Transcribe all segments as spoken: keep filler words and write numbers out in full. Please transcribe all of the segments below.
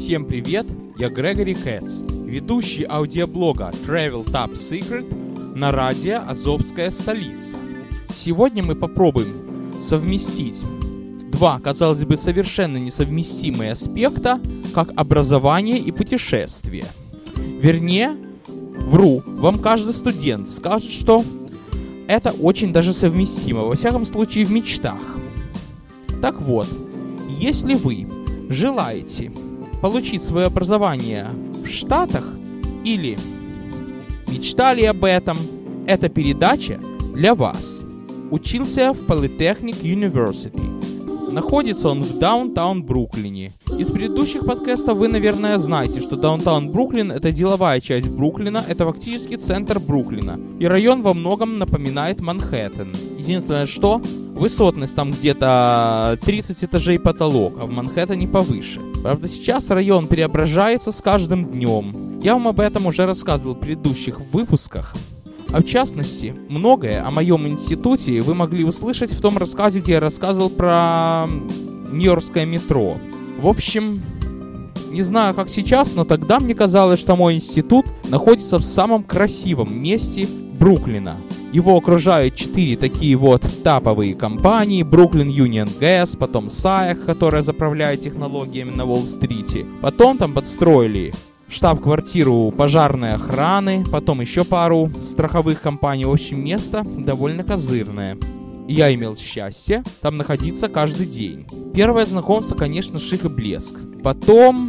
Всем привет, я Грегори Кэтс, ведущий аудиоблога Travel Top Secret на радио «Азовская столица». Сегодня мы попробуем совместить два, казалось бы, совершенно несовместимые аспекта, как образование и путешествие. Вернее, вру, вам каждый студент скажет, что это очень даже совместимо, во всяком случае в мечтах. Так вот, если вы желаете получить свое образование в Штатах или мечтали об этом, эта передача для вас. Учился в Polytechnic University. Находится он в даунтаун Бруклине. Из предыдущих подкастов вы, наверное, знаете, что даунтаун Бруклин — это деловая часть Бруклина, это фактически центр Бруклина. И район во многом напоминает Манхэттен. Единственное, что высотность там где-то тридцать этажей потолок, а в Манхэттене повыше. Правда, сейчас район преображается с каждым днем. Я вам об этом уже рассказывал в предыдущих выпусках. А в частности, многое о моем институте вы могли услышать в том рассказе, где я рассказывал про Нью-Йоркское метро. В общем, не знаю, как сейчас, но тогда мне казалось, что мой институт находится в самом красивом месте Бруклина. Его окружают четыре такие вот таповые компании: Brooklyn Union Gas, потом Sayak, которая заправляет технологиями на Уолл-стрите. Потом там подстроили штаб-квартиру пожарной охраны, потом еще пару страховых компаний. В общем, место довольно козырное. И я имел счастье там находиться каждый день. Первое знакомство, конечно, шик и блеск. Потом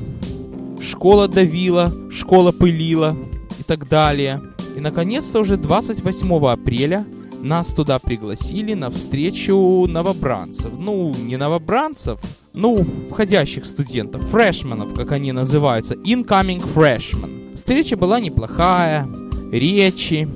школа давила, школа пылила и так далее. И, наконец-то, уже двадцать восьмого апреля нас туда пригласили на встречу новобранцев. Ну, не новобранцев, ну, входящих студентов, фрешменов, как они называются, incoming freshmen. Встреча была неплохая, речи,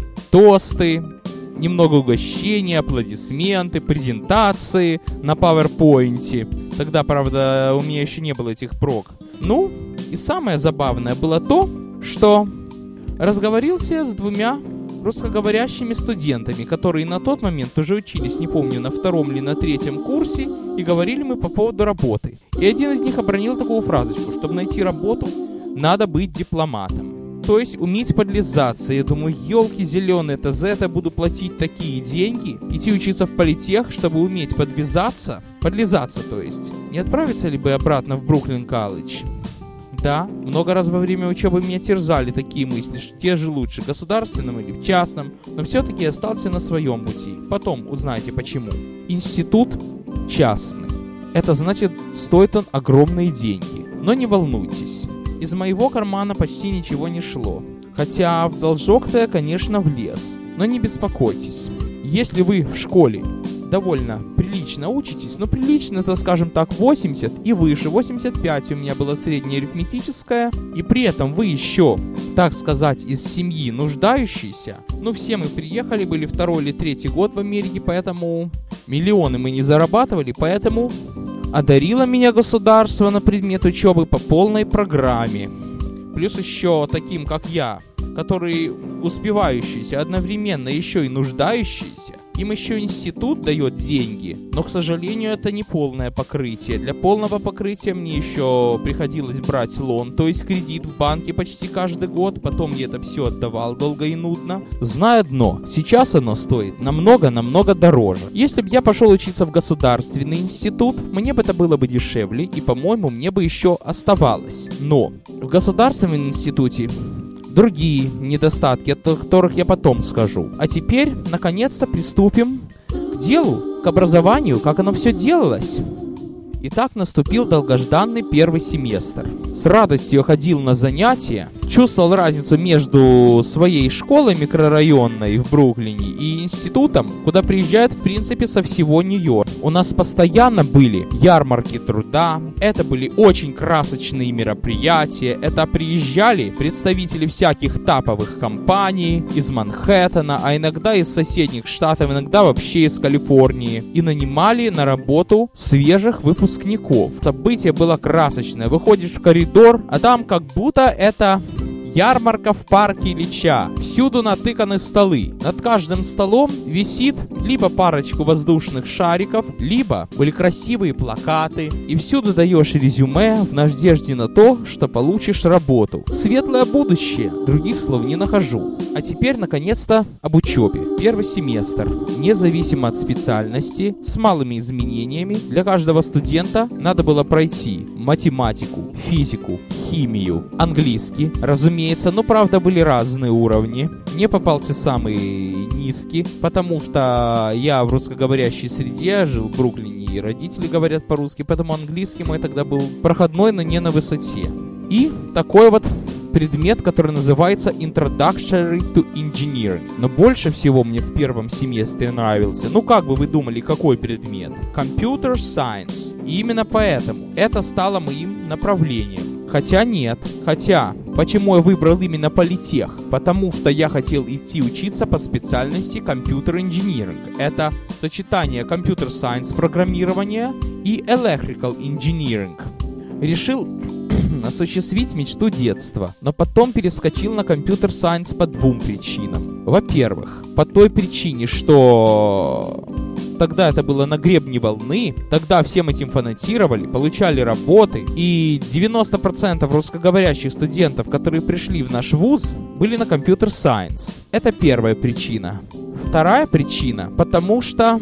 тосты, немного угощения, аплодисменты, презентации на PowerPoint. Тогда, правда, у меня еще не было этих прог. Ну, и самое забавное было то, что разговорился с двумя русскоговорящими студентами, которые на тот момент уже учились, не помню, на втором или на третьем курсе, и говорили мы по поводу работы. И один из них обронил такую фразочку: чтобы найти работу, надо быть дипломатом. То есть уметь подлизаться. Я думаю, елки зеленые, это за это буду платить такие деньги, идти учиться в политех, чтобы уметь подвязаться, подлизаться, то есть. Не отправиться ли бы обратно в Бруклин колледж? Да, много раз во время учебы меня терзали такие мысли, что те же лучше, в государственном или в частном, но все-таки я остался на своем пути. Потом узнаете почему. Институт частный. Это значит, стоит он огромные деньги. Но не волнуйтесь, из моего кармана почти ничего не шло. Хотя в должок-то я, конечно, влез. Но не беспокойтесь, если вы в школе довольно прилично учитесь, но прилично это, скажем так, восемьдесят и выше, восемьдесят пять у меня было среднее арифметическое, и при этом вы еще, так сказать, из семьи нуждающиеся. Ну, все мы приехали, были второй или третий год в Америке, поэтому миллионы мы не зарабатывали, поэтому одарило меня государство на предмет учебы по полной программе. Плюс еще таким, как я, которые успевающиеся, одновременно еще и нуждающиеся. Им еще институт дает деньги, но, к сожалению, это не полное покрытие. Для полного покрытия мне еще приходилось брать лон, то есть кредит в банке почти каждый год. Потом я это все отдавал долго и нудно. Знаю одно, сейчас оно стоит намного-намного дороже. Если бы я пошел учиться в государственный институт, мне бы это было бы дешевле, и, по-моему, мне бы еще оставалось. Но в государственном институте другие недостатки, о которых я потом скажу. А теперь, наконец-то, приступим к делу, к образованию, как оно все делалось. Итак, наступил долгожданный первый семестр. С радостью ходил на занятия, чувствовал разницу между своей школой микрорайонной в Бруклине и институтом, куда приезжают, в принципе, со всего Нью-Йорка. У нас постоянно были ярмарки труда, это были очень красочные мероприятия, это приезжали представители всяких таповых компаний из Манхэттена, а иногда из соседних штатов, иногда вообще из Калифорнии, и нанимали на работу свежих выпускников. Событие было красочное, выходишь в коридор, а там как будто это Ярмарка в парке Ильича. Всюду натыканы столы. Над каждым столом висит либо парочку воздушных шариков, либо были красивые плакаты. И всюду даешь резюме в надежде на то, что получишь работу. Светлое будущее. Других слов не нахожу. А теперь, наконец-то, об учебе. Первый семестр. Независимо от специальности, с малыми изменениями, для каждого студента надо было пройти математику, физику, химию, английский, разумеется, но правда были разные уровни. Мне попался самый низкий, потому что я в русскоговорящей среде жил в Бруклине, и родители говорят по-русски, поэтому английский мой тогда был проходной, но не на высоте. И такой вот предмет, который называется Introductory to Engineering. Но больше всего мне в первом семестре нравился, ну как бы вы думали, какой предмет? Computer Science. И именно поэтому это стало моим направлением. Хотя нет. Хотя, почему я выбрал именно политех? Потому что я хотел идти учиться по специальности Computer Engineering. Это сочетание Computer Science программирования и Electrical Engineering. Решил осуществить мечту детства, но потом перескочил на Computer Science по двум причинам. Во-первых, по той причине, что тогда это было на гребне волны, тогда всем этим фанатировали, получали работы, и девяносто процентов русскоговорящих студентов, которые пришли в наш вуз, были на Computer Science. Это первая причина. Вторая причина, потому что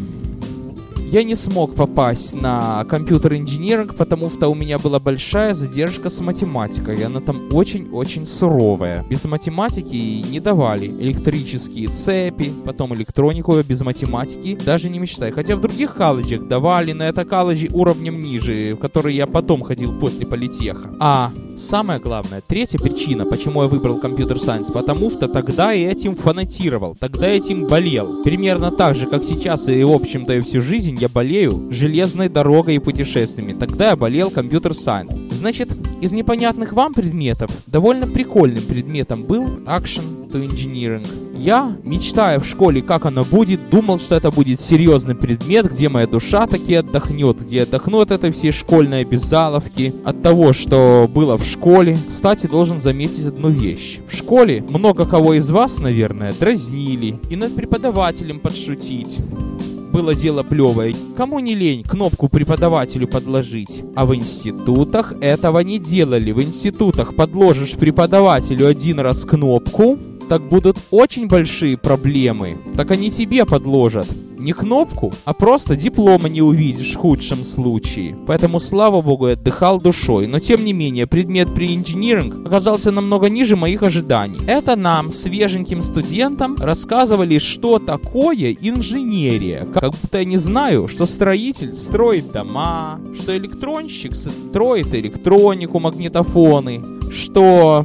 я не смог попасть на компьютер инжиниринг, потому что у меня была большая задержка с математикой, и она там очень-очень суровая. Без математики не давали электрические цепи, потом электронику без математики, даже не мечтай. Хотя в других колледжах давали, на это колледжи уровнем ниже, в которые я потом ходил после политеха. А самое главное, третья причина, почему я выбрал компьютер сайенс, потому что тогда я этим фанатировал, тогда я этим болел. Примерно так же, как сейчас и, в общем-то, и всю жизнь я болею железной дорогой и путешествиями. Тогда я болел компьютер сайенс. Значит, из непонятных вам предметов довольно прикольным предметом был Action to Engineering. Я, мечтая в школе, как оно будет, думал, что это будет серьезный предмет, где моя душа таки отдохнет, где отдохну от этой всей школьной обязаловки, от того, что было в школе. Кстати, должен заметить одну вещь. В школе много кого из вас, наверное, дразнили и над преподавателем подшутить. Было дело плевое. Кому не лень кнопку преподавателю подложить? А в институтах этого не делали. В институтах подложишь преподавателю один раз кнопку, так будут очень большие проблемы. Так они тебе подложат не кнопку, а просто диплома не увидишь в худшем случае. Поэтому, слава богу, я отдыхал душой. Но, тем не менее, предмет при инжиниринг оказался намного ниже моих ожиданий. Это нам, свеженьким студентам, рассказывали, что такое инженерия. Как будто я не знаю, что строитель строит дома, что электронщик строит электронику, магнитофоны, что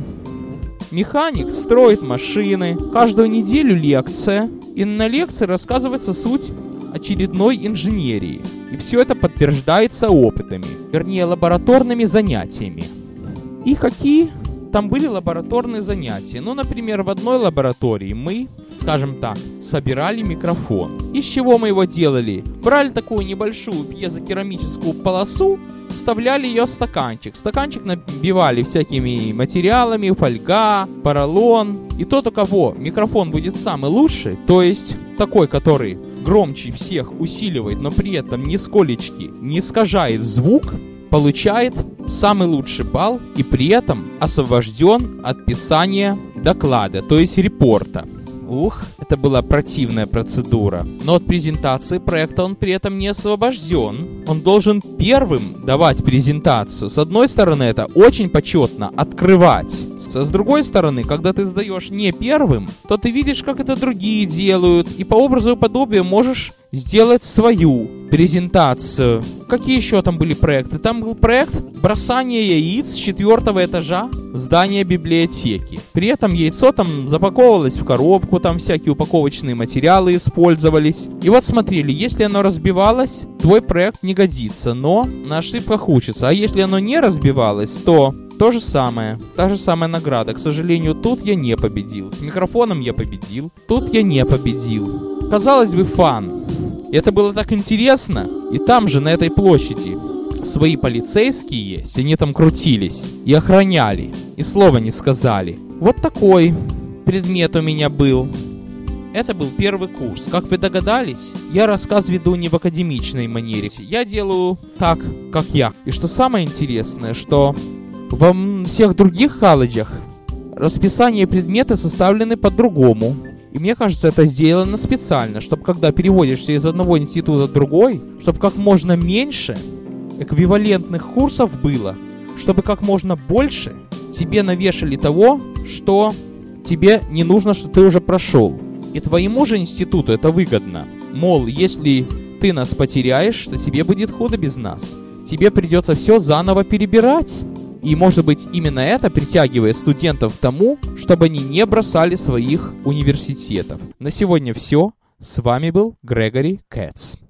механик строит машины. Каждую неделю лекция, и на лекции рассказывается суть очередной инженерии. И все это подтверждается опытами, вернее, лабораторными занятиями. И какие там были лабораторные занятия? Ну, например, в одной лаборатории мы, скажем так, собирали микрофон. Из чего мы его делали? Брали такую небольшую пьезокерамическую полосу, вставляли ее в стаканчик. Стаканчик набивали всякими материалами, фольга, поролон. И тот, у кого микрофон будет самый лучший, то есть такой, который громче всех усиливает, но при этом нисколечки не искажает звук, получает самый лучший балл и при этом освобожден от писания доклада, то есть репорта. Ух, это была противная процедура. Но от презентации проекта он при этом не освобожден. Он должен первым давать презентацию. С одной стороны, это очень почетно открывать. С другой стороны, когда ты сдаешь не первым, то ты видишь, как это другие делают, и по образу и подобию можешь сделать свою презентацию. Какие еще там были проекты? Там был проект бросания яиц с четвертого этажа здания библиотеки. При этом яйцо там запаковывалось в коробку, там всякие упаковочные материалы использовались. И вот смотрели, если оно разбивалось, твой проект не годится, но на ошибках учится. А если оно не разбивалось, то то же самое, та же самая награда. К сожалению, тут я не победил. С микрофоном я победил, тут я не победил. Казалось бы, фан. Это было так интересно. И там же, на этой площади, свои полицейские есть. Они там крутились и охраняли. И слова не сказали. Вот такой предмет у меня был. Это был первый курс. Как вы догадались, я рассказ веду не в академичной манере. Я делаю так, как я. И что самое интересное, что во всех других колледжах расписание предмета составлены по-другому. И мне кажется, это сделано специально, чтобы когда переводишься из одного института в другой, чтобы как можно меньше эквивалентных курсов было, чтобы как можно больше тебе навешали того, что тебе не нужно, что ты уже прошел. И твоему же институту это выгодно. Мол, если ты нас потеряешь, то тебе будет худо без нас. Тебе придется все заново перебирать. И, может быть, именно это притягивает студентов к тому, чтобы они не бросали своих университетов. На сегодня все. С вами был Грегори Кэтс.